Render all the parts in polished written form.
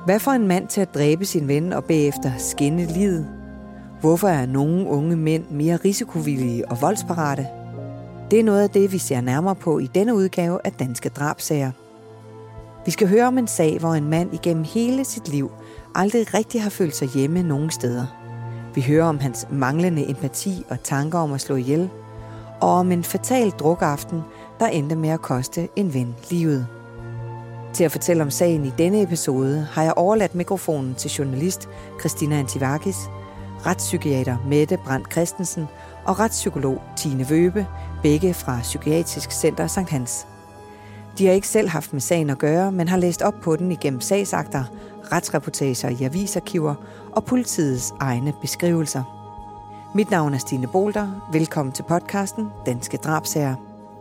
Hvad får en mand til at dræbe sin ven og bagefter skænde livet? Hvorfor er nogle unge mænd mere risikovillige og voldsparate? Det er noget af det, vi ser nærmere på i denne udgave af Danske Drabsager. Vi skal høre om en sag, hvor en mand igennem hele sit liv aldrig rigtig har følt sig hjemme nogen steder. Vi hører om hans manglende empati og tanker om at slå ihjel, og om en fatal drukaften, der endte med at koste en ven livet. Til at fortælle om sagen i denne episode har jeg overladt mikrofonen til journalist Christina Antivakis, retspsykiater Mette Brandt Christensen og retspsykolog Tine Wøbe, begge fra Psykiatrisk Center Sankt Hans. De har ikke selv haft med sagen at gøre, men har læst op på den igennem sagsakter, retsreportager i avisarkiver og politiets egne beskrivelser. Mit navn er Stine Bolter. Velkommen til podcasten Danske Drabsager.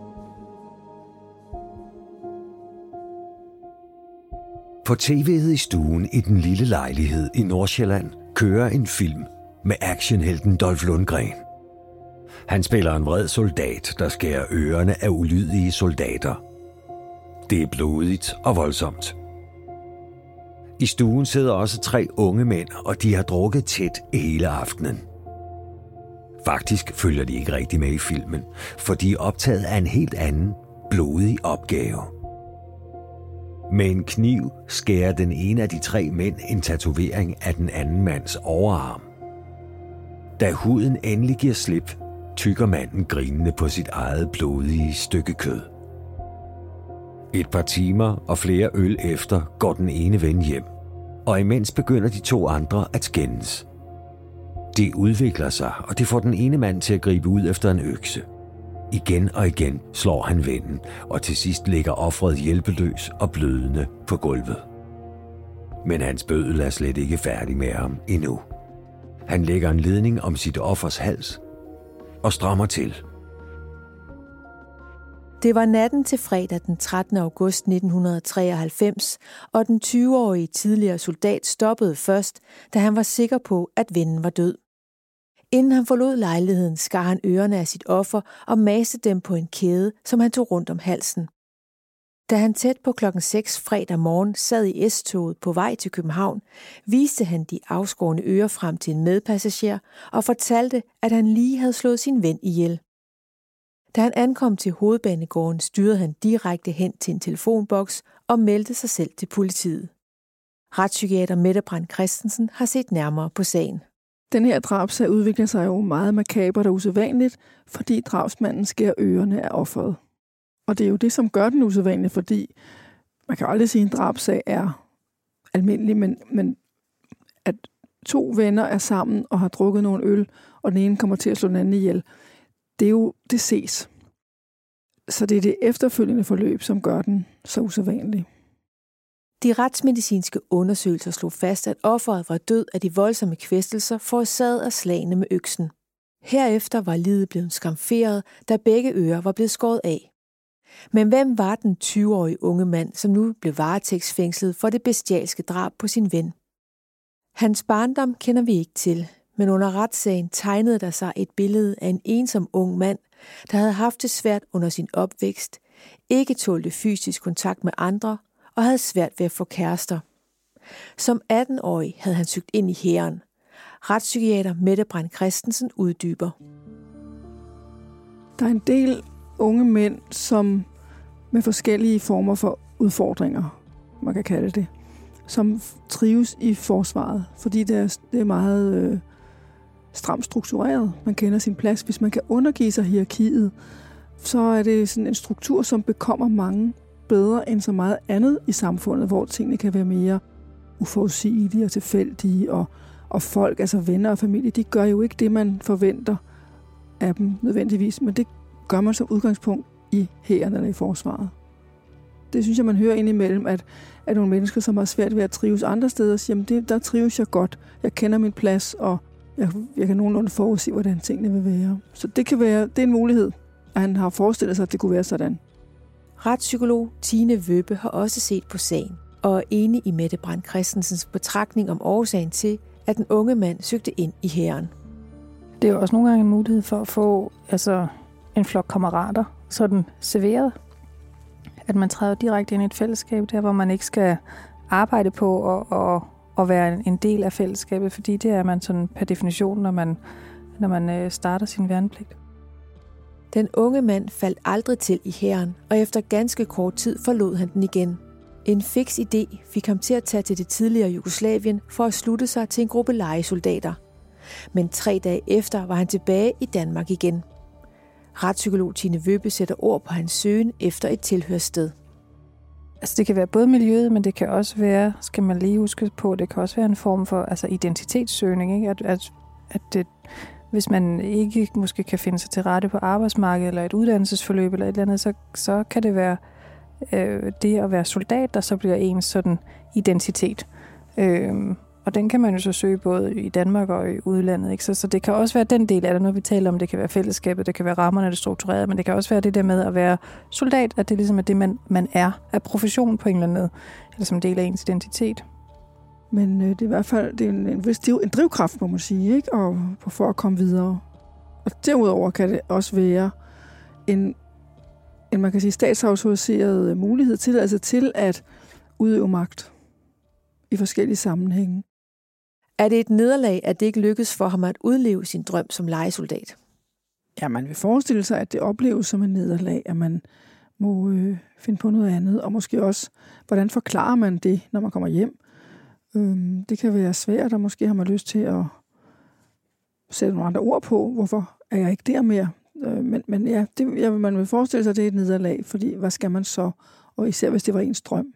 På tv'et i stuen i den lille lejlighed i Nordsjælland kører en film med actionhelten Dolph Lundgren. Han spiller en vred soldat, der skærer ørerne af ulydige soldater. Det er blodigt og voldsomt. I stuen sidder også 3 unge mænd, og de har drukket tæt hele aftenen. Faktisk følger de ikke rigtig med i filmen, for de er optaget af en helt anden, blodig opgave. Med en kniv skærer den ene af de 3 mænd en tatovering af den anden mands overarm. Da huden endelig giver slip, tykker manden grinende på sit eget blodige stykke kød. Et par timer og flere øl efter går den ene ven hjem, og imens begynder de 2 andre at skændes. Det udvikler sig, og det får den ene mand til at gribe ud efter en økse. Igen og igen slår han vennen, og til sidst ligger offeret hjælpeløs og blødende på gulvet. Men hans bøddel er slet ikke færdig med ham endnu. Han lægger en ledning om sit offers hals og strammer til. Det var natten til fredag den 13. august 1993, og den 20-årige tidligere soldat stoppede først, da han var sikker på, at vennen var død. Inden han forlod lejligheden, skar han ørerne af sit offer og maste dem på en kæde, som han tog rundt om halsen. Da han tæt på 6:00 fredag morgen sad i S-toget på vej til København, viste han de afskårne ører frem til en medpassager og fortalte, at han lige havde slået sin ven ihjel. Da han ankom til Hovedbanegården, styrede han direkte hen til en telefonboks og meldte sig selv til politiet. Retspsykiater Mette Brandt Christensen har set nærmere på sagen. Den her drabsag udvikler sig jo meget makabert og usædvanligt, fordi drabsmanden skærer ørerne af offeret. Og det er jo det, som gør den usædvanlig, fordi man kan aldrig sige, at en drabsag er almindelig, men at 2 venner er sammen og har drukket nogle øl, og den ene kommer til at slå den anden ihjel, det ses. Så det er det efterfølgende forløb, som gør den så usædvanlig. De retsmedicinske undersøgelser slog fast, at offeret var død af de voldsomme kvæstelser forårsaget af slagene med øksen. Herefter var liget blevet skamferet, da begge ører var blevet skåret af. Men hvem var den 20-årige unge mand, som nu blev varetægtsfængslet for det bestialske drab på sin ven? Hans barndom kender vi ikke til, men under retssagen tegnede der sig et billede af en ensom ung mand, der havde haft det svært under sin opvækst, ikke tålte fysisk kontakt med andre og havde svært ved at få kærester. Som 18-årig havde han søgt ind i hæren. Retspsykiater Mette Brandt Christensen uddyber. Der er en del unge mænd, som med forskellige former for udfordringer, man kan kalde det, som trives i forsvaret, fordi det er meget stramt struktureret. Man kender sin plads. Hvis man kan undergive sig hierarkiet, så er det sådan en struktur, som bekommer mange bedre end så meget andet i samfundet, hvor tingene kan være mere uforudsigelige og tilfældige, og folk, altså venner og familie, de gør jo ikke det, man forventer af dem nødvendigvis, men det gør man som udgangspunkt i hæren eller i forsvaret. Det synes jeg, man hører indimellem, at nogle mennesker, som har svært ved at trives andre steder, siger, jamen der trives jeg godt, jeg kender min plads, og jeg kan nogenlunde forudsige, hvordan tingene vil være. Så det er en mulighed, at han har forestillet sig, at det kunne være sådan. Retspsykolog Tine Wøbe har også set på sagen, og er enig i Mette Brandt Christensens betragtning om årsagen til, at den unge mand søgte ind i hæren. Det er jo også nogle gange en mulighed for at få en flok kammerater sådan serveret. At man træder direkte ind i et fællesskab, der hvor man ikke skal arbejde på og være en del af fællesskabet, fordi det er man sådan per definition, når man starter sin værnepligt. Den unge mand faldt aldrig til i hæren, og efter ganske kort tid forlod han den igen. En fiks idé fik ham til at tage til det tidligere Jugoslavien for at slutte sig til en gruppe lejesoldater. Men 3 dage efter var han tilbage i Danmark igen. Retspsykolog Tine Wøbe sætter ord på hans søgen efter et tilhørssted. Altså det kan være både miljøet, men det kan også være, skal man lige huske på, det kan også være en form for identitetssøgning, ikke? At det, hvis man ikke måske kan finde sig til rette på arbejdsmarkedet eller et uddannelsesforløb eller et eller andet, så kan det være det at være soldat, der så bliver ens sådan identitet. Og den kan man jo så søge både i Danmark og i udlandet. Ikke? Så det kan også være den del af det, når vi taler om, det kan være fællesskabet, det kan være rammerne, det strukturerede, men det kan også være det der med at være soldat, at det ligesom er det, man er af profession på en eller anden måde, eller som del af ens identitet. Men det er i hvert fald det er en drivkraft, må man sige, ikke? Og for at komme videre. Og derudover kan det også være en man kan sige, statsautoriseret mulighed, tilladelse til at udøve magt i forskellige sammenhænge. Er det et nederlag, at det ikke lykkes for ham at udleve sin drøm som lejesoldat? Ja, man vil forestille sig, at det opleves som en nederlag, at man må finde på noget andet, og måske også, hvordan forklarer man det, når man kommer hjem? Det kan være svært, og måske har man lyst til at sætte nogle andre ord på, hvorfor er jeg ikke der mere? Men ja, man vil forestille sig, at det er et nederlag, fordi hvad skal man så? Og især hvis det var ens drøm.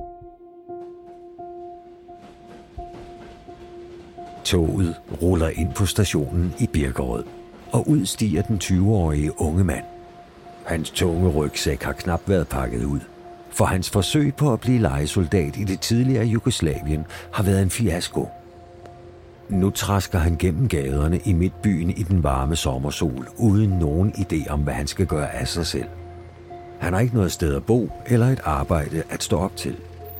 Toget ruller ind på stationen i Birkerød, og ud stiger den 20-årige unge mand. Hans tunge rygsæk har knap været pakket ud, for hans forsøg på at blive lejesoldat i det tidligere Jugoslavien har været en fiasko. Nu trasker han gennem gaderne i midtbyen i den varme sommersol, uden nogen idé om, hvad han skal gøre af sig selv. Han har ikke noget sted at bo eller et arbejde at stå op til.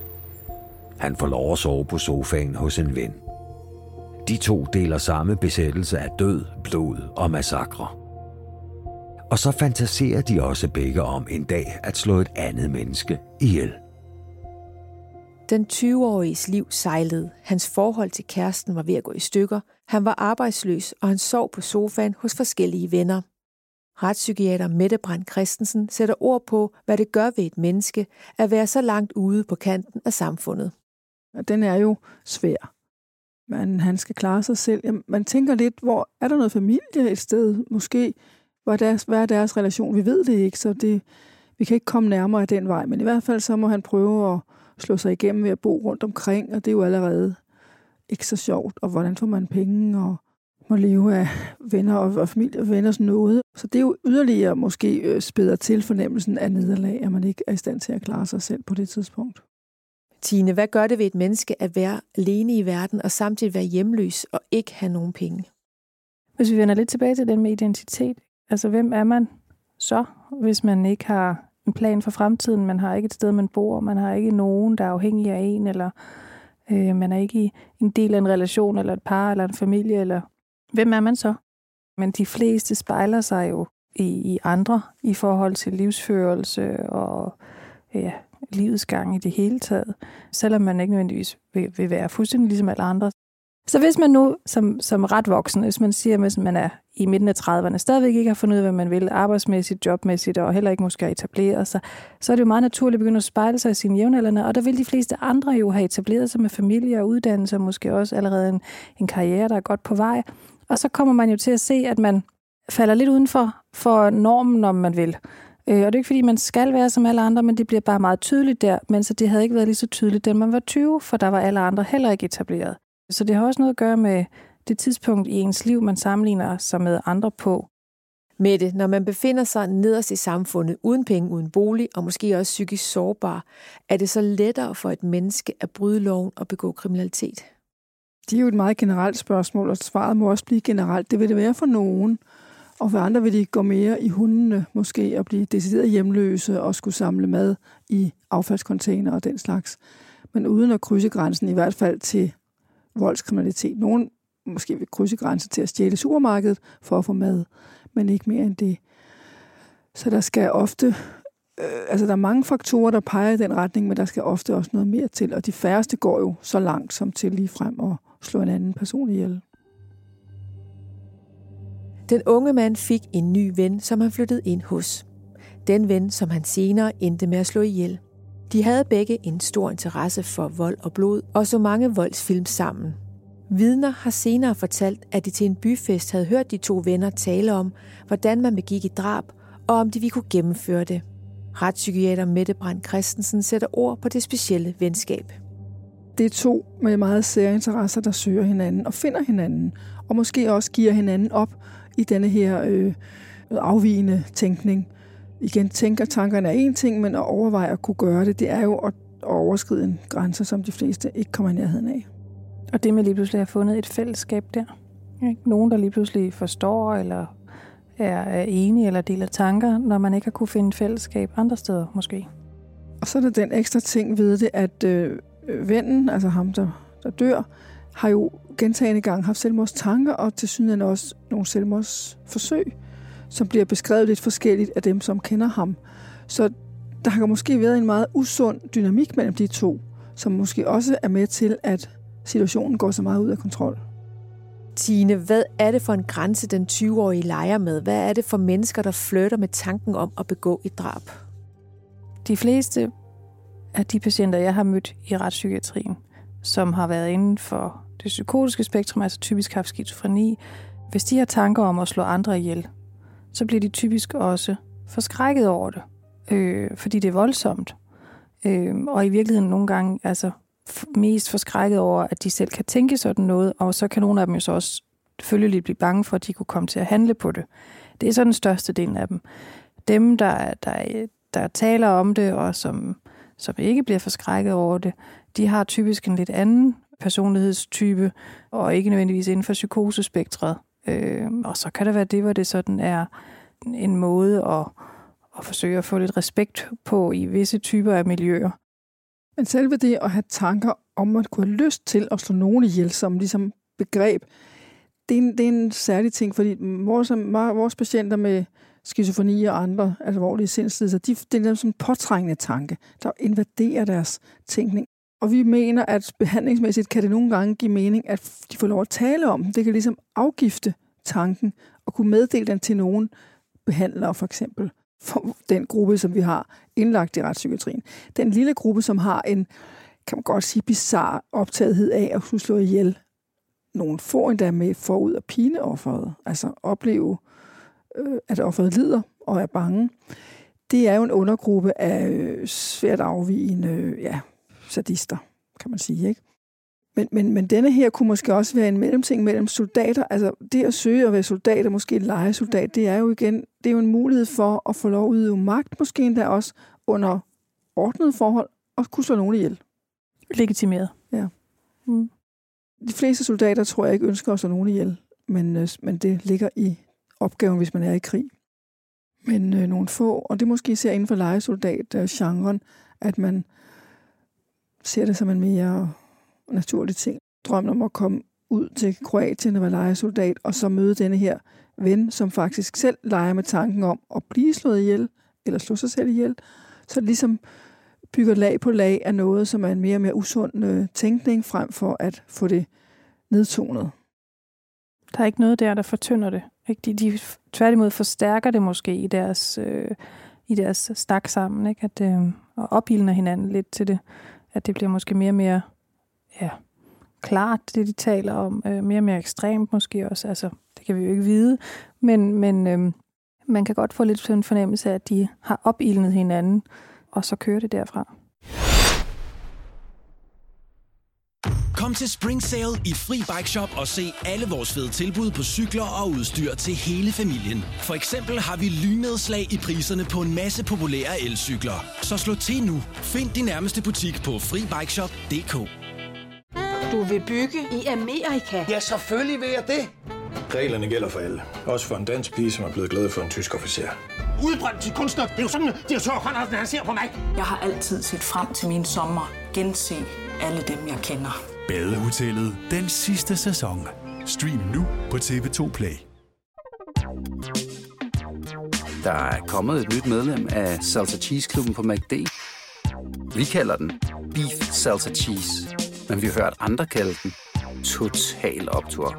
Han får lov at sove på sofaen hos en ven. De to deler samme besættelse af død, blod og massakre. Og så fantaserer de også begge om en dag at slå et andet menneske ihjel. Den 20-åriges liv sejlede. Hans forhold til kæresten var ved at gå i stykker. Han var arbejdsløs, og han sov på sofaen hos forskellige venner. Retspsykiater Mette Brandt Christensen sætter ord på, hvad det gør ved et menneske at være så langt ude på kanten af samfundet. Den er jo svær. Men han skal klare sig selv. Jamen, man tænker lidt, hvor er der noget familie et sted? Måske, hvad er deres relation? Vi ved det ikke, så vi kan ikke komme nærmere af den vej. Men i hvert fald så må han prøve at slå sig igennem ved at bo rundt omkring, og det er jo allerede ikke så sjovt. Og hvordan får man penge og må leve af venner og familie og venners nåde. Så det er jo yderligere måske spæder til fornemmelsen af nederlag, at man ikke er i stand til at klare sig selv på det tidspunkt. Tine, hvad gør det ved et menneske at være alene i verden og samtidig være hjemløs og ikke have nogen penge? Hvis vi vender lidt tilbage til den med identitet, altså hvem er man så, hvis man ikke har en plan for fremtiden, man har ikke et sted, man bor, man har ikke nogen, der er afhængig af en, eller man er ikke en del af en relation, eller et par, eller en familie, eller hvem er man så? Men de fleste spejler sig jo i andre i forhold til livsførelse og livets gang i det hele taget, selvom man ikke nødvendigvis vil være fuldstændig ligesom alle andre. Så hvis man nu som ret voksen, hvis man siger, at man er i midten af 30'erne, stadigvæk ikke har fundet ud af, hvad man vil, arbejdsmæssigt, jobmæssigt, og heller ikke måske har etableret sig, så er det jo meget naturligt at begynde at spejle sig i sine jævnaldrende, og der vil de fleste andre jo have etableret sig med familie og uddannelse, og måske også allerede en karriere, der er godt på vej. Og så kommer man jo til at se, at man falder lidt uden for normen, om man vil. Og det er ikke, fordi man skal være som alle andre, men det bliver bare meget tydeligt der, mens det havde ikke været lige så tydeligt, da man var 20, for der var alle andre heller ikke etableret. Så det har også noget at gøre med det tidspunkt i ens liv, man sammenligner sig med andre på. Mette, når man befinder sig nederst i samfundet, uden penge, uden bolig, og måske også psykisk sårbar, er det så lettere for et menneske at bryde loven og begå kriminalitet? Det er jo et meget generelt spørgsmål, og svaret må også blive generelt. Det vil det være for nogen, og for andre vil de gå mere i hundene, måske, og blive decideret hjemløse og skulle samle mad i affaldscontainer og den slags. Men uden at krydse grænsen, i hvert fald til voldskriminalitet. Nogen måske vil krydse grænsen til at stjæle supermarkedet for at få mad, men ikke mere end det. Så der skal ofte der er mange faktorer, der peger i den retning, men der skal ofte også noget mere til, og de færreste går jo så langt som til lige frem og slå en anden person ihjel. Den unge mand fik en ny ven, som han flyttede ind hos. Den ven, som han senere endte med at slå ihjel. De havde begge en stor interesse for vold og blod, og så mange voldsfilm sammen. Vidner har senere fortalt, at de til en byfest havde hørt de to venner tale om, hvordan man begik et drab, og om de ville kunne gennemføre det. Retspsykiater Mette Brandt Christensen sætter ord på det specielle venskab. Det er to med meget særinteresser, der søger hinanden og finder hinanden, og måske også giver hinanden op i denne her afvigende tænkning. Igen, tankerne er en ting, men at overveje at kunne gøre det, det er jo at overskride en grænse, som de fleste ikke kommer i nærheden af. Og det med lige pludselig at have fundet et fællesskab der. Nogen, der lige pludselig forstår, eller er enige, eller deler tanker, når man ikke har kunne finde fællesskab andre steder, måske. Og så er der den ekstra ting ved det, at vennen, altså ham, der dør, har jo gentagne gange haft selvmordstanker, og tilsyneladende også nogle selvmordsforsøg, som bliver beskrevet lidt forskelligt af dem, som kender ham. Så der har måske været en meget usund dynamik mellem de to, som måske også er med til, at situationen går så meget ud af kontrol. Tine, hvad er det for en grænse, den 20-årige leger med? Hvad er det for mennesker, der flytter med tanken om at begå et drab? De fleste af de patienter, jeg har mødt i retspsykiatrien, som har været inden for det psykotiske spektrum, altså typisk haft skizofreni, hvis de har tanker om at slå andre ihjel, så bliver de typisk også forskrækket over det, fordi det er voldsomt. Og i virkeligheden nogle gange mest forskrækket over, at de selv kan tænke sådan noget, og så kan nogle af dem jo så også følgeligt blive bange for, at de kunne komme til at handle på det. Det er så den største del af dem. Dem, der taler om det, og som ikke bliver forskrækket over det, de har typisk en lidt anden personlighedstype, og ikke nødvendigvis inden for psykosespektret. Og så kan det være det, hvor det sådan er en måde at forsøge at få lidt respekt på i visse typer af miljøer. Men selve det at have tanker om at kunne have lyst til at slå nogen ihjel som ligesom begreb, det er en særlig ting, fordi vores patienter med skizofreni og andre alvorlige sindslidelser, det er som en påtrængende tanke, der invaderer deres tænkning. Og vi mener, at behandlingsmæssigt kan det nogle gange give mening, at de får lov at tale om den. Det kan ligesom afgifte tanken og kunne meddele den til nogen behandlere, for eksempel for den gruppe, som vi har indlagt i retspsykiatrien. Den lille gruppe, som har en, kan man godt sige, bizarre optagethed af at kunne slå ihjel. Nogen får endda med forud at pine offeret, altså opleve, at offeret lider og er bange. Det er jo en undergruppe af svært afvigende sadister, kan man sige, ikke? Men denne her kunne måske også være en mellemting mellem soldater. Altså det at søge at være soldat og måske lejesoldat, det er jo en mulighed for at få lov at udøve magt, måske endda også under ordnede forhold, og kunne slå nogen ihjel. Legitimeret. Ja. Mm. De fleste soldater tror jeg ikke ønsker at slå nogen ihjel, men det ligger i opgaven, hvis man er i krig. Men nogle få, og det måske ser inden for lejesoldat-genren, at man ser det som en mere naturlig ting. Drømmen om at komme ud til Kroatien og være lejesoldat, og så møde denne her ven, som faktisk selv leger med tanken om at blive slået ihjel, eller slå sig selv ihjel, så det ligesom bygger lag på lag af noget, som er en mere og mere usund tænkning, frem for at få det nedtonet. Der er ikke noget der fortynder det. Ikke? De tværtimod forstærker det måske i deres stak sammen, ikke? Og opildner hinanden lidt til det, at det bliver måske mere og mere klart, det de taler om, mere og mere ekstremt måske også. Altså, det kan vi jo ikke vide, men man kan godt få lidt sådan en fornemmelse af, at de har opildnet hinanden, og så kører det derfra. Kom til Spring Sale i Fri Bike Shop og se alle vores fede tilbud på cykler og udstyr til hele familien. For eksempel har vi lynnedslag i priserne på en masse populære elcykler. Så slå til nu. Find din nærmeste butik på FriBikeShop.dk. Du vil bygge i Amerika? Ja, selvfølgelig vil jeg det. Reglerne gælder for alle. Også for en dansk pige, som er blevet glad for en tysk officer. Udbrændt til kunstner. Det er jo sådan, at direktør Conradsen, han ser på mig. Jeg har altid set frem til min sommer. Gense alle dem, jeg kender. Badehotellet den sidste sæson. Stream nu på TV2 Play. Der er kommet et nyt medlem af Salsa Cheese Klubben på McD. Vi kalder den Beef Salsa Cheese, men vi har hørt andre kalde den Total Optur.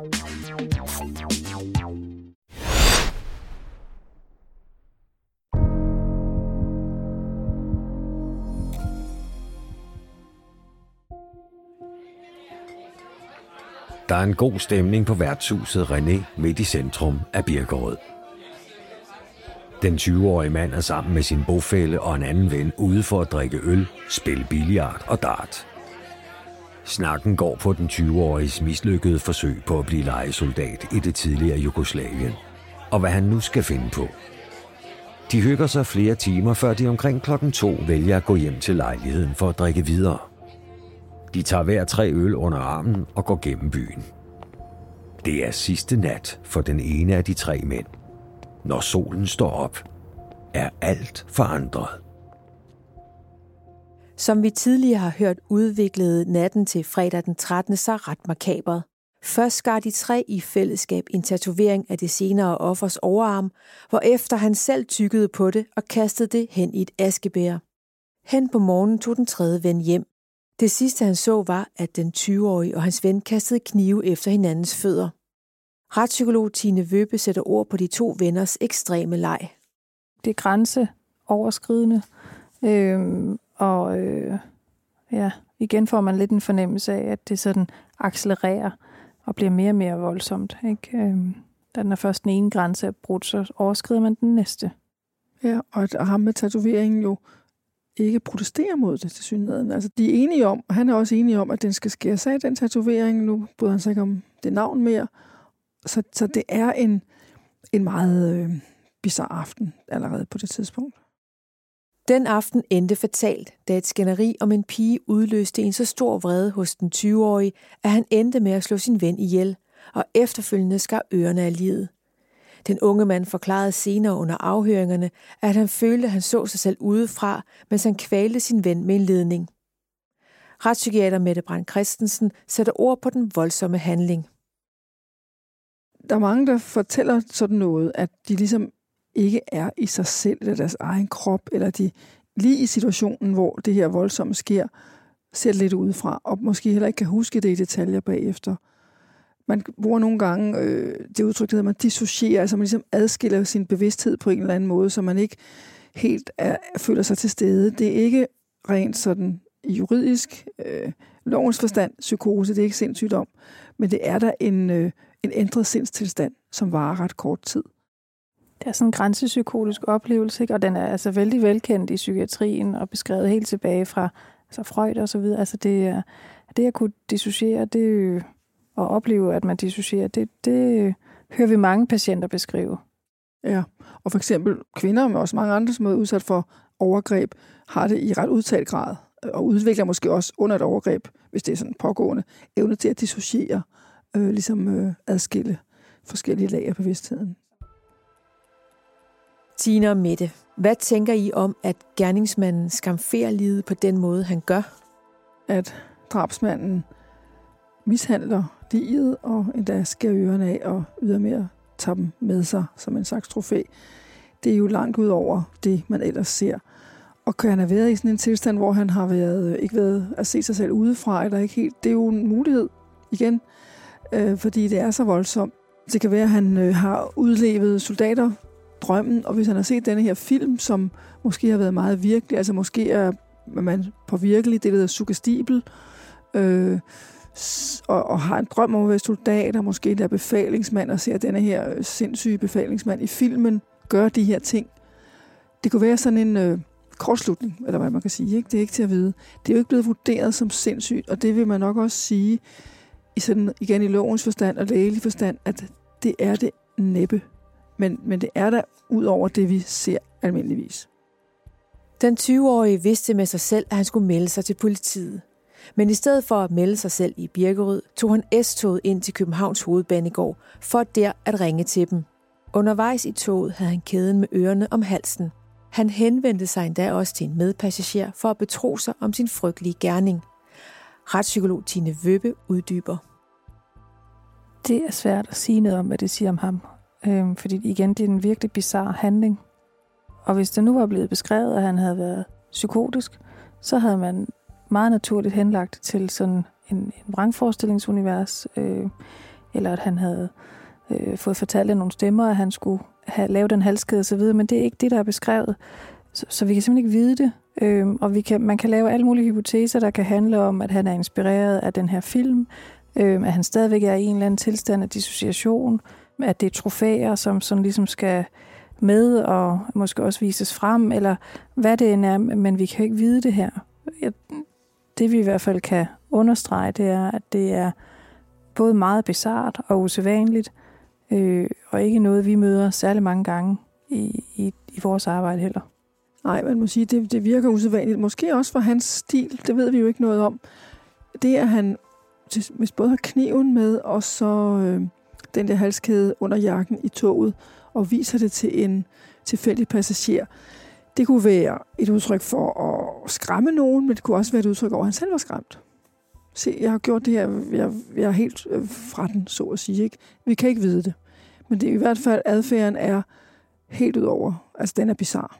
Der er en god stemning på værtshuset René midt i centrum af Birkerød. Den 20-årige mand er sammen med sin bofælle og en anden ven ude for at drikke øl, spille billard og dart. Snakken går på den 20-åriges mislykkede forsøg på at blive lejesoldat i det tidligere Jugoslavien, og hvad han nu skal finde på. De hygger sig flere timer, før de omkring 2:00 vælger at gå hjem til lejligheden for at drikke videre. De tager hver 3 øl under armen og går gennem byen. Det er sidste nat for den ene af de 3 mænd. Når solen står op, er alt forandret. Som vi tidligere har hørt, udviklede natten til fredag den 13. sig ret makabert. Først skar de 3 i fællesskab en tatovering af det senere offers overarm, hvorefter han selv tyggede på det og kastede det hen i et askebær. Hen på morgenen tog den 3. ven hjem. Det sidste han så var, at den 20-årige og hans ven kastede knive efter hinandens fødder. Retspsykolog Tine Vøbe sætter ord på de 2 venners ekstreme leg. Det er grænseoverskridende, igen får man lidt en fornemmelse af, at det sådan accelererer og bliver mere og mere voldsomt. Ikke? Da den er først den ene grænse er brudt, så overskrider man den næste. Ja, og ham med tatoveringen jo ikke protesterer mod det til synligheden. Altså, de er enige om, og han er også enig om, at den skal skæres af, den tatovering. Nu bryder han sig ikke om det navn mere. Så det er en meget bizarre aften allerede på det tidspunkt. Den aften endte fatalt, da et skænderi om en pige udløste en så stor vrede hos den 20-årige, at han endte med at slå sin ven ihjel, og efterfølgende skar ørerne af livet. Den unge mand forklarede senere under afhøringerne, at han følte, at han så sig selv udefra, mens han kvalte sin ven med en ledning. Retspsykiater Mette Brandt Christensen sætter ord på den voldsomme handling. Der er mange, der fortæller sådan noget, at de ligesom ikke er i sig selv eller deres egen krop, eller de lige i situationen, hvor det her voldsomme sker, ser lidt udefra, og måske heller ikke kan huske det i detaljer bagefter. Man bruger nogle gange det udtryk, at man dissocierer, altså man ligesom adskiller sin bevidsthed på en eller anden måde, så man ikke helt føler sig til stede. Det er ikke rent sådan juridisk, lovens forstand, psykose, det er ikke sindssygdom, men det er der en ændret sindstilstand, som varer ret kort tid. Det er sådan en grænsepsykotisk oplevelse, ikke? Og den er altså vældig velkendt i psykiatrien og beskrevet helt tilbage fra Freud og så videre. Altså det at kunne dissociere, det og opleve, at man dissocierer, det hører vi mange patienter beskrive. Ja, og for eksempel kvinder, men også mange andre, som er udsat for overgreb, har det i ret udtalt grad, og udvikler måske også under et overgreb, hvis det er sådan pågående, evne til at dissociere, adskille forskellige lag af bevidstheden. Tina og Mette, hvad tænker I om, at gerningsmanden skamferer livet på den måde, han gør? At drabsmanden mishandler liget og endda skærer ørerne af og ydermere tager dem med sig som en slags trofæ. Det er jo langt ud over det, man ellers ser. Og kan han have været i sådan en tilstand, hvor han har ikke været at se sig selv udefra, eller ikke helt, det er jo en mulighed igen, fordi det er så voldsomt. Det kan være, at han har udlevet soldaterdrømmen, og hvis han har set denne her film, som måske har været meget virkelig, altså måske er man påvirkelig, det hedder suggestibel, og har en drøm om at være soldat, og måske der befalingsmand, og ser denne her sindssyge befalingsmand i filmen gøre de her ting. Det kunne være sådan en kortslutning, eller hvad man kan sige. Ikke? Det er ikke til at vide. Det er jo ikke blevet vurderet som sindssygt, og det vil man nok også sige, igen i lovens forstand og lægelig forstand, at det er det næppe. Men det er der ud over det, vi ser almindeligvis. Den 20-årige vidste med sig selv, at han skulle melde sig til politiet. Men i stedet for at melde sig selv i Birkerød, tog han S-toget ind til Københavns Hovedbanegård, for der at ringe til dem. Undervejs i toget havde han kæden med ørerne om halsen. Han henvendte sig endda også til en medpassager for at betro sig om sin frygtelige gerning. Retspsykolog Tine Vøbe uddyber. Det er svært at sige noget om, hvad det siger om ham. Fordi igen, det er en virkelig bizarre handling. Og hvis det nu var blevet beskrevet, at han havde været psykotisk, så havde man meget naturligt henlagt til sådan en vrangforestillingsunivers, eller at han havde fået fortalt af nogle stemmer, at han skulle have lavet en halskæde osv., men det er ikke det, der er beskrevet. Så vi kan simpelthen ikke vide det. Og man kan lave alle mulige hypoteser, der kan handle om, at han er inspireret af den her film, at han stadigvæk er i en eller anden tilstand af dissociation, at det er trofæer, som sådan ligesom skal med og måske også vises frem, eller hvad det end er, men vi kan ikke vide det her. Det vi i hvert fald kan understrege, det er, at det er både meget bizart og usædvanligt, og ikke noget, vi møder særlig mange gange i vores arbejde heller. Nej, man må sige, det virker usædvanligt. Måske også for hans stil, det ved vi jo ikke noget om. Det, at han hvis både har kniven med, og så den der halskæde under jakken i toget, og viser det til en tilfældig passager, det kunne være et udtryk for at skræmme nogen, men det kunne også være et udtryk over, at han selv var skræmt. Se, jeg har gjort det her, jeg er helt fra den, så at sige. Ikke? Vi kan ikke vide det. Men det er i hvert fald, adfærden er helt udover. Altså, den er bizarre.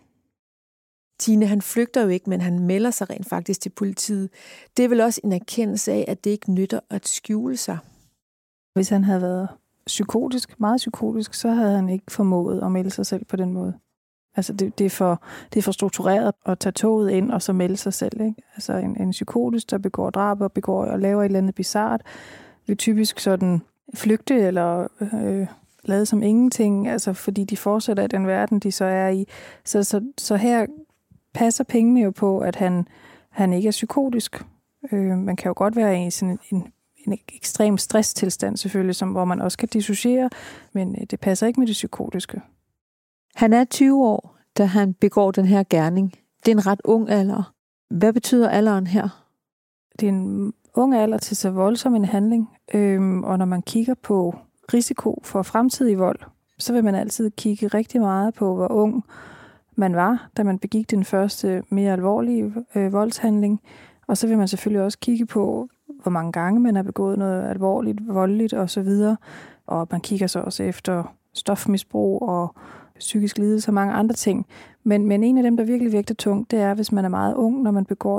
Tine, han flygter jo ikke, men han melder sig rent faktisk til politiet. Det er vel også en erkendelse af, at det ikke nytter at skjule sig. Hvis han havde været psykotisk, meget psykotisk, så havde han ikke formået at melde sig selv på den måde. Altså det er for struktureret at tage toget ind og så melde sig selv. Ikke? Altså en psykotisk, der begår drab og laver et eller andet bizart, vil typisk sådan flygte eller lade som ingenting, altså fordi de fortsætter i den verden, de så er i. Så her passer pengene jo på, at han ikke er psykotisk. Man kan jo godt være i sådan en ekstrem stresstilstand selvfølgelig, hvor man også kan dissociere, men det passer ikke med det psykotiske. Han er 20 år, da han begår den her gerning. Det er en ret ung alder. Hvad betyder alderen her? Det er en ung alder til så voldsom en handling, og når man kigger på risiko for fremtidig vold, så vil man altid kigge rigtig meget på, hvor ung man var, da man begik den første mere alvorlige voldshandling. Og så vil man selvfølgelig også kigge på, hvor mange gange man har begået noget alvorligt, voldeligt osv. Og man kigger så også efter stofmisbrug og psykisk lidelse og mange andre ting. Men en af dem, der virkelig vægter tungt, det er, hvis man er meget ung, når man begår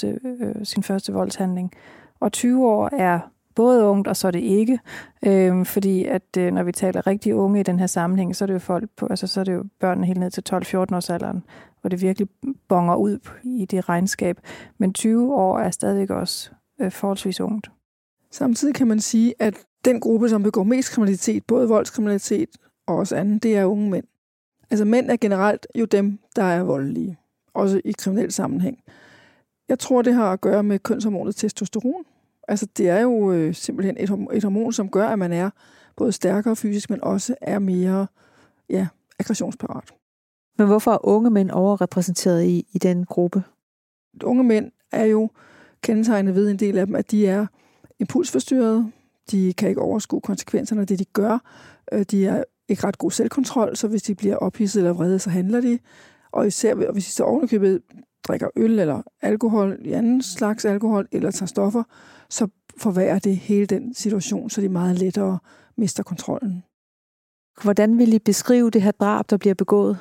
sin første voldshandling. Og 20 år er både ungt, og så er det ikke. Fordi at når vi taler rigtig unge i den her sammenhæng, så er det jo folk så er det jo børnene helt ned til 12-14 års alderen, hvor det virkelig bonger ud i det regnskab. Men 20 år er stadig også forholdsvis ungt. Samtidig kan man sige, at den gruppe, som begår mest kriminalitet, både voldskriminalitet og også anden, det er unge mænd. Altså mænd er generelt jo dem, der er voldelige, også i kriminel sammenhæng. Jeg tror, det har at gøre med kønshormonet testosteron. Altså det er jo simpelthen et hormon, som gør, at man er både stærkere fysisk, men også er mere aggressionsparat. Men hvorfor er unge mænd overrepræsenteret i den gruppe? Unge mænd er jo kendetegnet ved en del af dem, at de er impulsforstyrrede. De kan ikke overskue konsekvenserne af det, de gør. De er ikke ret god selvkontrol, så hvis de bliver ophidset eller vrede, så handler de. Og især hvis de så ovenikøbet drikker øl eller alkohol, i anden slags alkohol, eller tager stoffer, så forværrer det hele den situation, så de meget lettere mister kontrollen. Hvordan vil I beskrive det her drab, der bliver begået?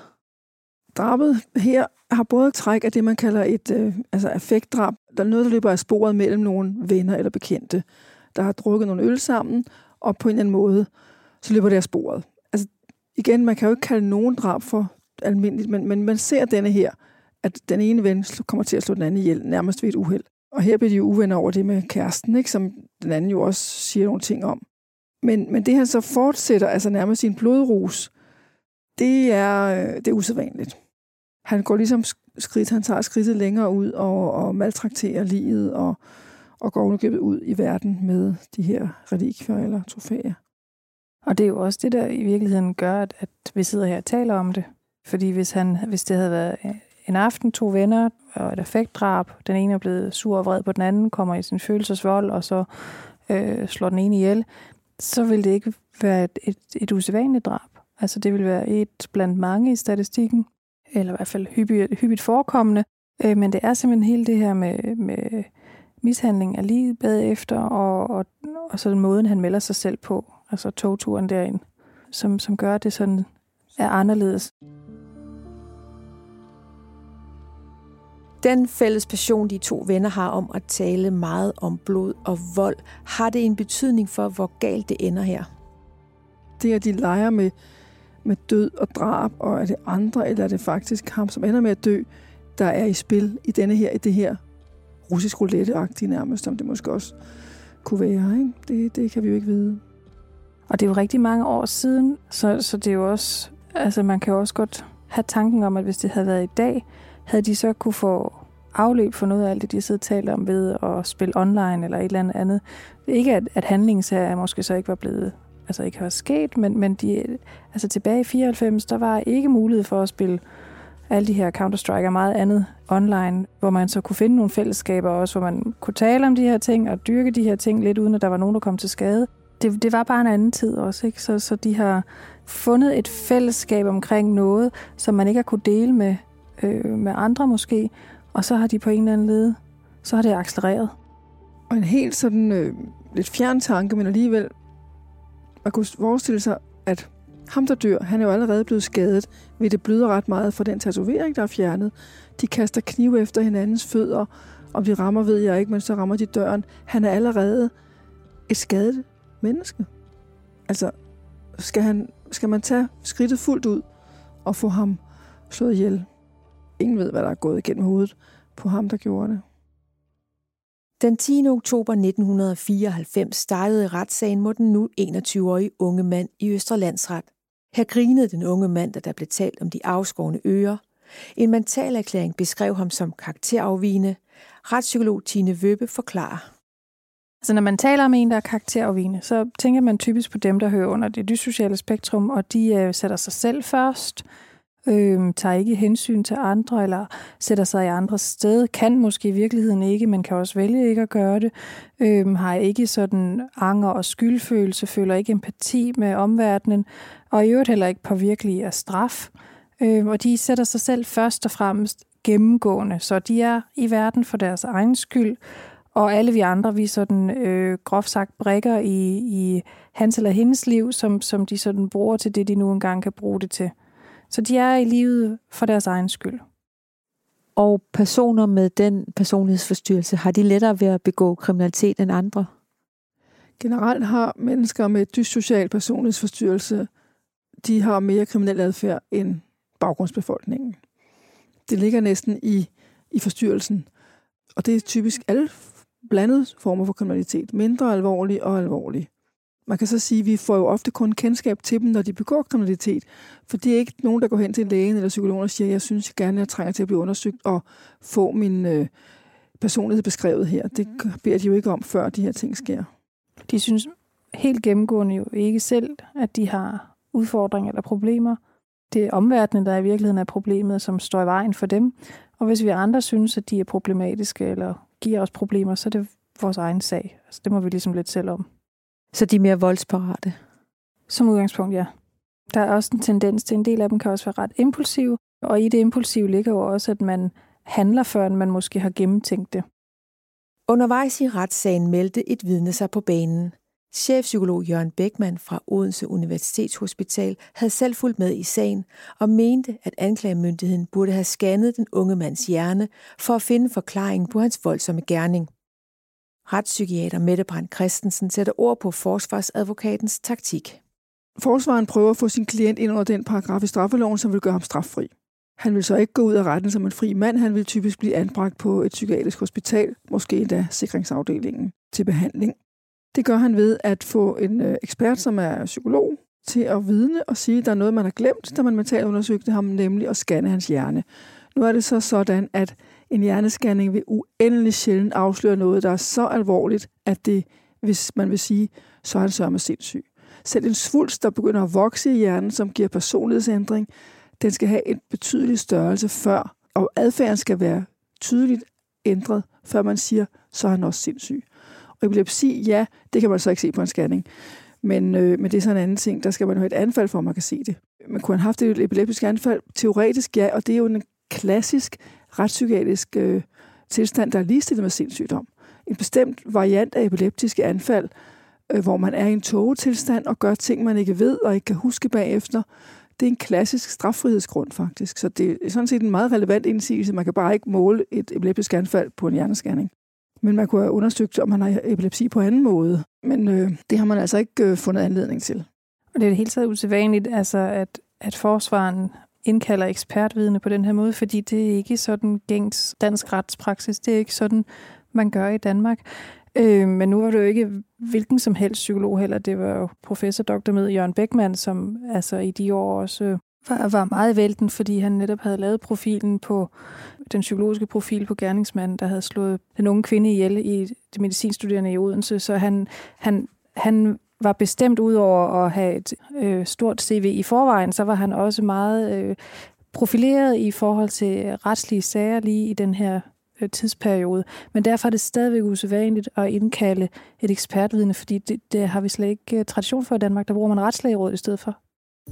Drabet her har både træk af det, man kalder et affektdrab. Der er noget, der løber af sporet mellem nogle venner eller bekendte, der har drukket nogle øl sammen, og på en eller anden måde, så løber det af sporet. Altså igen, man kan jo ikke kalde nogen drab for almindeligt, men man ser denne her, at den ene ven kommer til at slå den anden ihjel, nærmest ved et uheld. Og her bliver de jo uvenner over det med kæresten, ikke, som den anden jo også siger nogle ting om. Men det han så fortsætter, altså nærmest i en blodrus, det er usædvanligt. Han går ligesom han tager skridtet længere ud og maltrakterer livet og går underkøbet ud i verden med de her relikvier eller trofæer. Og det er jo også det, der i virkeligheden gør, at vi sidder her og taler om det. Fordi hvis det havde været en aften, 2 venner og et affektdrab, den ene er blevet sur og vred på den anden, kommer i sin følelsesvold, og så slår den ene ihjel, så vil det ikke være et usædvanligt drab. Altså det vil være et blandt mange i statistikken, eller i hvert fald hyppigt forekommende. Men det er simpelthen hele det her med mishandling af livet bagefter, og så den måden, han melder sig selv på, altså togturen derind, som gør, at det sådan er anderledes. Den fælles passion, de to venner har om at tale meget om blod og vold, har det en betydning for, hvor galt det ender her? Det, at de leger med død og drab, og er det andre, eller er det faktisk ham, som ender med at dø, der er i spil i det her russisk roulette-agtige nærmest, som det måske også kunne være. Ikke? Det kan vi jo ikke vide. Og det er jo rigtig mange år siden, så det er jo også, altså man kan jo også godt have tanken om, at hvis det havde været i dag, havde de så kunne få afløb for noget af alt det, de sidder og taler om ved at spille online eller et eller andet. Ikke at handlingssager måske så ikke var blevet, altså ikke har sket, men de, altså tilbage i 94, der var ikke mulighed for at spille alle de her Counter-Strike og meget andet online, hvor man så kunne finde nogle fællesskaber også, hvor man kunne tale om de her ting og dyrke de her ting lidt, uden at der var nogen, der kom til skade. Det var bare en anden tid også, ikke? Så de har fundet et fællesskab omkring noget, som man ikke har kunne dele med andre måske, og så har de på en eller anden led, så har det accelereret. Og en helt sådan lidt fjern tanke, men alligevel, man kunne forestille sig, at ham, der dør, han er jo allerede blevet skadet, ved det bløder ret meget for den tatovering, der er fjernet. De kaster knive efter hinandens fødder. Om de rammer, ved jeg ikke, men så rammer de døren. Han er allerede et skadet menneske. Altså, skal man tage skridtet fuldt ud og få ham slået ihjel? Ingen ved, hvad der er gået igennem hovedet på ham, der gjorde det. Den 10. oktober 1994 startede retssagen mod den nu 21-årige unge mand i Østre Landsret. Her grinede den unge mand, da der blev talt om de afskårne ører. En mentalerklæring beskrev ham som karakterafvigende. Retspsykolog Tine Wøbe forklarer. Altså når man taler om en, der er karakterafvigende, så tænker man typisk på dem, der hører under det dyssociale spektrum, og de sætter sig selv først, tager ikke hensyn til andre, eller sætter sig i andres sted, kan måske i virkeligheden ikke, men kan også vælge ikke at gøre det, har ikke sådan anger og skyldfølelse, føler ikke empati med omverdenen, og i øvrigt heller ikke påvirkelige af straf. Og de sætter sig selv først og fremmest gennemgående, så de er i verden for deres egen skyld, og alle vi andre, vi sådan groft sagt brikker i hans eller hendes liv, som de sådan bruger til det, de nu engang kan bruge det til. Så de er i livet for deres egen skyld. Og personer med den personlighedsforstyrrelse, har de lettere ved at begå kriminalitet end andre? Generelt har mennesker med dyssocial personlighedsforstyrrelse, de har mere kriminel adfærd end baggrundsbefolkningen. Det ligger næsten i forstyrrelsen. Og det er typisk alle blandede former for kriminalitet. Mindre alvorlig og alvorlig. Man kan så sige, at vi får jo ofte kun kendskab til dem, når de begår kriminalitet. For det er ikke nogen, der går hen til lægen eller psykologen og siger, jeg synes gerne, jeg trænger til at blive undersøgt og få min personlighed beskrevet her. Det beder de jo ikke om, før de her ting sker. De synes helt gennemgående jo ikke selv, at de har udfordringer eller problemer. Det er omverdenen, der i virkeligheden er problemet, som står i vejen for dem. Og hvis vi andre synes, at de er problematiske eller giver os problemer, så er det vores egen sag. Altså, det må vi ligesom lidt selv om. Så de er mere voldsparate? Som udgangspunkt, ja. Der er også en tendens til, en del af dem kan også være ret impulsive. Og i det impulsive ligger jo også, at man handler, før man måske har gennemtænkt det. Undervejs i retssagen meldte et vidne sig på banen. Chefpsykolog Jørgen Beckmann fra Odense Universitetshospital havde selv fulgt med i sagen og mente, at anklagemyndigheden burde have scannet den unge mands hjerne for at finde forklaringen på hans voldsomme gerning. Retspsykiater Mette Brandt Christensen sætter ord på forsvarsadvokatens taktik. Forsvaren prøver at få sin klient ind under den paragraf i straffeloven, som vil gøre ham straffri. Han vil så ikke gå ud af retten som en fri mand. Han vil typisk blive anbragt på et psykiatrisk hospital, måske endda sikringsafdelingen, til behandling. Det gør han ved at få en ekspert, som er psykolog, til at vidne og sige, at der er noget, man har glemt, da man mentalt undersøgte ham, nemlig at scanne hans hjerne. Nu er det så sådan, at en hjernescanning vil uendelig sjældent afsløre noget, der er så alvorligt, at det, hvis man vil sige, så er han sørme sindssyg. Selv en svulst, der begynder at vokse i hjernen, som giver personlighedsændring, den skal have en betydelig størrelse før, og adfærden skal være tydeligt ændret, før man siger, så er han også sindssyg. Og epilepsi, ja, det kan man så ikke se på en scanning. Men det er sådan en anden ting. Der skal man jo have et anfald, for at man kan se det. Man kunne have haft et epileptisk anfald, teoretisk ja, og det er jo en klassisk retspsykiatrisk tilstand, der er ligestillet med sindssygdom. En bestemt variant af epileptiske anfald, hvor man er i en tågetilstand og gør ting, man ikke ved og ikke kan huske bagefter, Det er en klassisk straffrihedsgrund, faktisk. Så det er sådan set en meget relevant indsigelse. Man kan bare ikke måle et epileptisk anfald på en hjernescanning. Men man kunne have undersøgt, om man har epilepsi på anden måde. Men det har man altså ikke fundet anledning til. Og det er det hele taget usædvanligt, altså at forsvaren indkalder ekspertvidne på den her måde, fordi det er ikke sådan gængs dansk retspraksis. Det er ikke sådan, man gør i Danmark. Men nu var det jo ikke hvilken som helst psykolog heller. Det var jo professor Dr. med Jørgen Beckmann, som altså i de år også var meget vælten, fordi han netop havde lavet profilen på den psykologiske profil på gerningsmanden, der havde slået den unge kvinde ihjel i det medicinstuderende i Odense. Så han var bestemt ud over at have et stort CV i forvejen, så var han også meget profileret i forhold til retslige sager lige i den her tidsperiode. Men derfor er det stadigvæk usædvanligt at indkalde et ekspertvidne, fordi det har vi slet ikke tradition for i Danmark. Der bruger man retslægerådet i stedet for.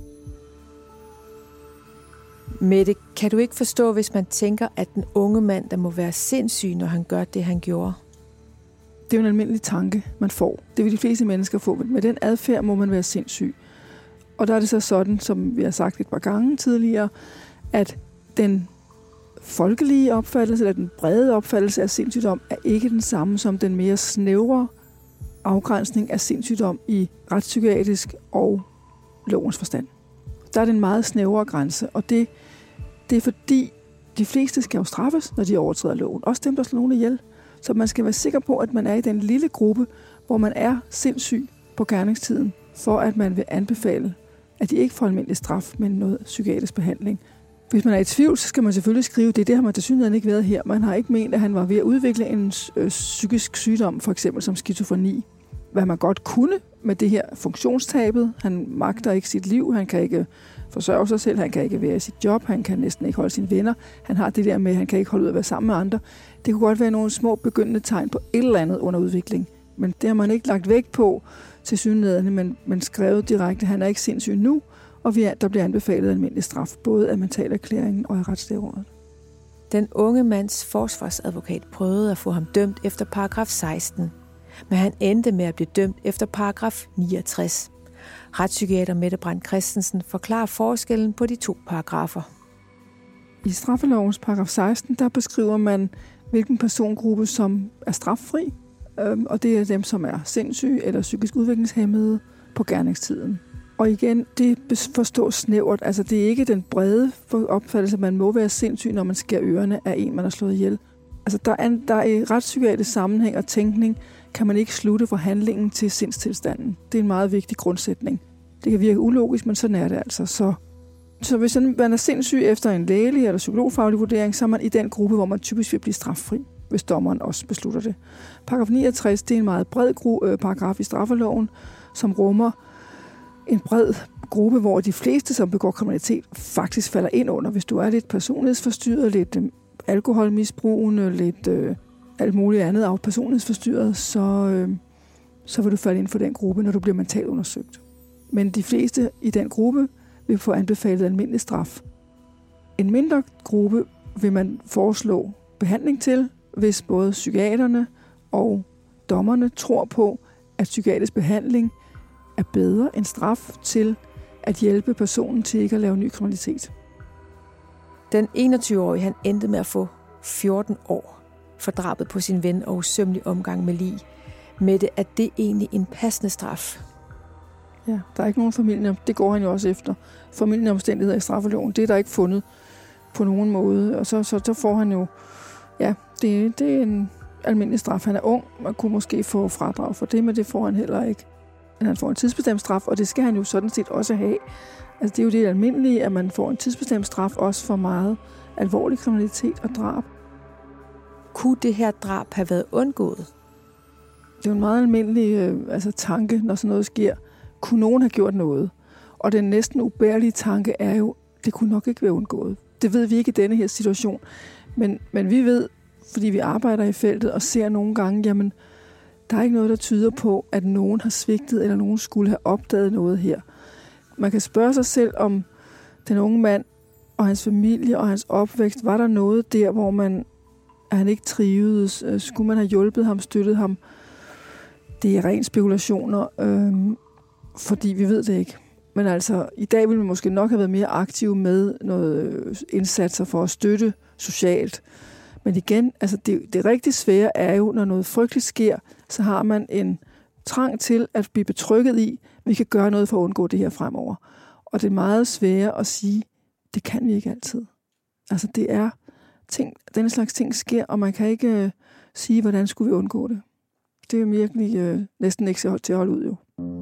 Mette, kan du ikke forstå, hvis man tænker, at den unge mand, der må være sindssyg, når han gør det, han gjorde? Det er jo en almindelig tanke, man får. Det vil de fleste mennesker få. Med den adfærd må man være sindssyg. Og der er det så sådan, som vi har sagt et par gange tidligere, at den folkelige opfattelse, eller den brede opfattelse af sindssygdom, er ikke den samme som den mere snævre afgrænsning af sindssygdom i retspsykiatrisk og lovens forstand. Der er den meget snævre grænse, og det er fordi, de fleste skal jo straffes, når de overtræder loven. Også dem, der slår nogen ihjel. Så man skal være sikker på, at man er i den lille gruppe, hvor man er sindssyg på gerningstiden, for at man vil anbefale, at de ikke får almindelig straf, men noget psykiatrisk behandling. Hvis man er i tvivl, så skal man selvfølgelig skrive, det har man tilsyneladende ikke været her. Man har ikke ment, at han var ved at udvikle en psykisk sygdom, for eksempel som skizofreni. Hvad man godt kunne med det her funktionstabet. Han magter ikke sit liv, han kan ikke forsørge sig selv, han kan ikke være i sit job, han kan næsten ikke holde sine venner. Han har det der med, at han kan ikke holde ud at være sammen med andre. Det kunne godt være nogle små begyndende tegn på et eller andet under udvikling. Men det har man ikke lagt vægt på tilsyneladende, men skrevet direkte, han er ikke sindssyg nu, og der bliver anbefalet almindelig straf, både af mentalerklæringen og af retslægerådet. Den unge mands forsvarsadvokat prøvede at få ham dømt efter paragraf 16, men han endte med at blive dømt efter paragraf 69. Retspsykiater Mette Brandt Christensen forklarer forskellen på de to paragrafer. I straffelovens paragraf 16, der beskriver man, hvilken persongruppe, som er straffri, og det er dem, som er sindssyge eller psykisk udviklingshæmmede på gerningstiden. Og igen, det forstås snævert. Altså, det er ikke den brede opfattelse, at man må være sindssyg, når man skærer ørerne af en, man har slået ihjel. Altså, der er i retspsykiatrisk sammenhæng og tænkning, kan man ikke slutte fra handlingen til sindstilstanden. Det er en meget vigtig grundsætning. Det kan virke ulogisk, men sådan er det altså. Så hvis man er sindssyg efter en lægelig eller psykologfaglig vurdering, så er man i den gruppe, hvor man typisk vil blive straffri, hvis dommeren også beslutter det. Paragraf 69, det er en meget bred paragraf i straffeloven, som rummer en bred gruppe, hvor de fleste, som begår kriminalitet, faktisk falder ind under. Hvis du er lidt personlighedsforstyrret, lidt alkoholmisbrugende, lidt alt muligt andet af personlighedsforstyrret, så vil du falde ind for den gruppe, når du bliver mentalt undersøgt. Men de fleste i den gruppe vil få anbefalet almindelig straf. En mindre gruppe vil man foreslå behandling til, hvis både psykiaterne og dommerne tror på, at psykiatrisk behandling er bedre end straf til at hjælpe personen til ikke at lave ny kriminalitet. Den 21-årige han endte med at få 14 år for drabet på sin ven og usømmelig omgang med lig. Mette, er det egentlig en passende straf? Ja, der er ikke nogen familie. Det går han jo også efter. Familieomstændigheder i straffeloven, det er der ikke fundet på nogen måde. Og så får han jo, ja, det er en almindelig straf. Han er ung, man kunne måske få fradrag for det, men det får han heller ikke. Men han får en tidsbestemt straf, og det skal han jo sådan set også have. Altså det er jo det almindelige, at man får en tidsbestemt straf også for meget alvorlig kriminalitet og drab. Kunne det her drab have været undgået? Det er jo en meget almindelig tanke, når sådan noget sker. Kunne nogen have gjort noget? Og den næsten ubærlige tanke er jo, det kunne nok ikke være undgået. Det ved vi ikke i denne her situation. Men vi ved, fordi vi arbejder i feltet og ser nogle gange, jamen, der er ikke noget, der tyder på, at nogen har svigtet, eller nogen skulle have opdaget noget her. Man kan spørge sig selv, om den unge mand og hans familie og hans opvækst, var der noget der, hvor han ikke trivedes? Skulle man have hjulpet ham, støttet ham? Det er ren spekulationer, fordi vi ved det ikke. Men altså, i dag ville man måske nok have været mere aktiv med noget indsatser for at støtte socialt. Men igen, altså det rigtig svære er jo, når noget frygteligt sker, så har man en trang til at blive betrygget i, at vi kan gøre noget for at undgå det her fremover. Og det er meget svære at sige, det kan vi ikke altid. Altså det er ting, denne slags ting sker, og man kan ikke sige, hvordan skulle vi undgå det. Det er virkelig næsten ikke til at holde ud jo.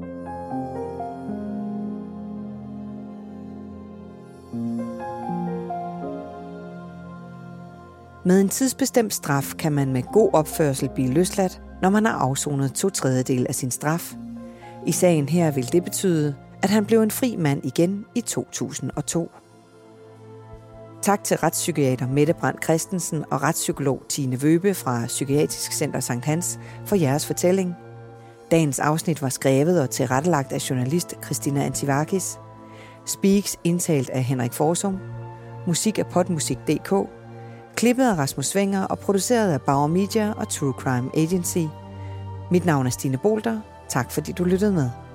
Med en tidsbestemt straf kan man med god opførsel blive løsladt, når man har afsonet 2/3 af sin straf. I sagen her vil det betyde, at han blev en fri mand igen i 2002. Tak til retspsykiater Mette Brandt Christensen og retspsykolog Tine Wøbe fra Psykiatrisk Center Sankt Hans for jeres fortælling. Dagens afsnit var skrevet og tilrettelagt af journalist Christina Antivakis. Speaks indtalt af Henrik Forsum. Musik af Podmusik.dk. Klippet af Rasmus Swenger og produceret af Bauer Media og True Crime Agency. Mit navn er Stine Bolter. Tak fordi du lyttede med.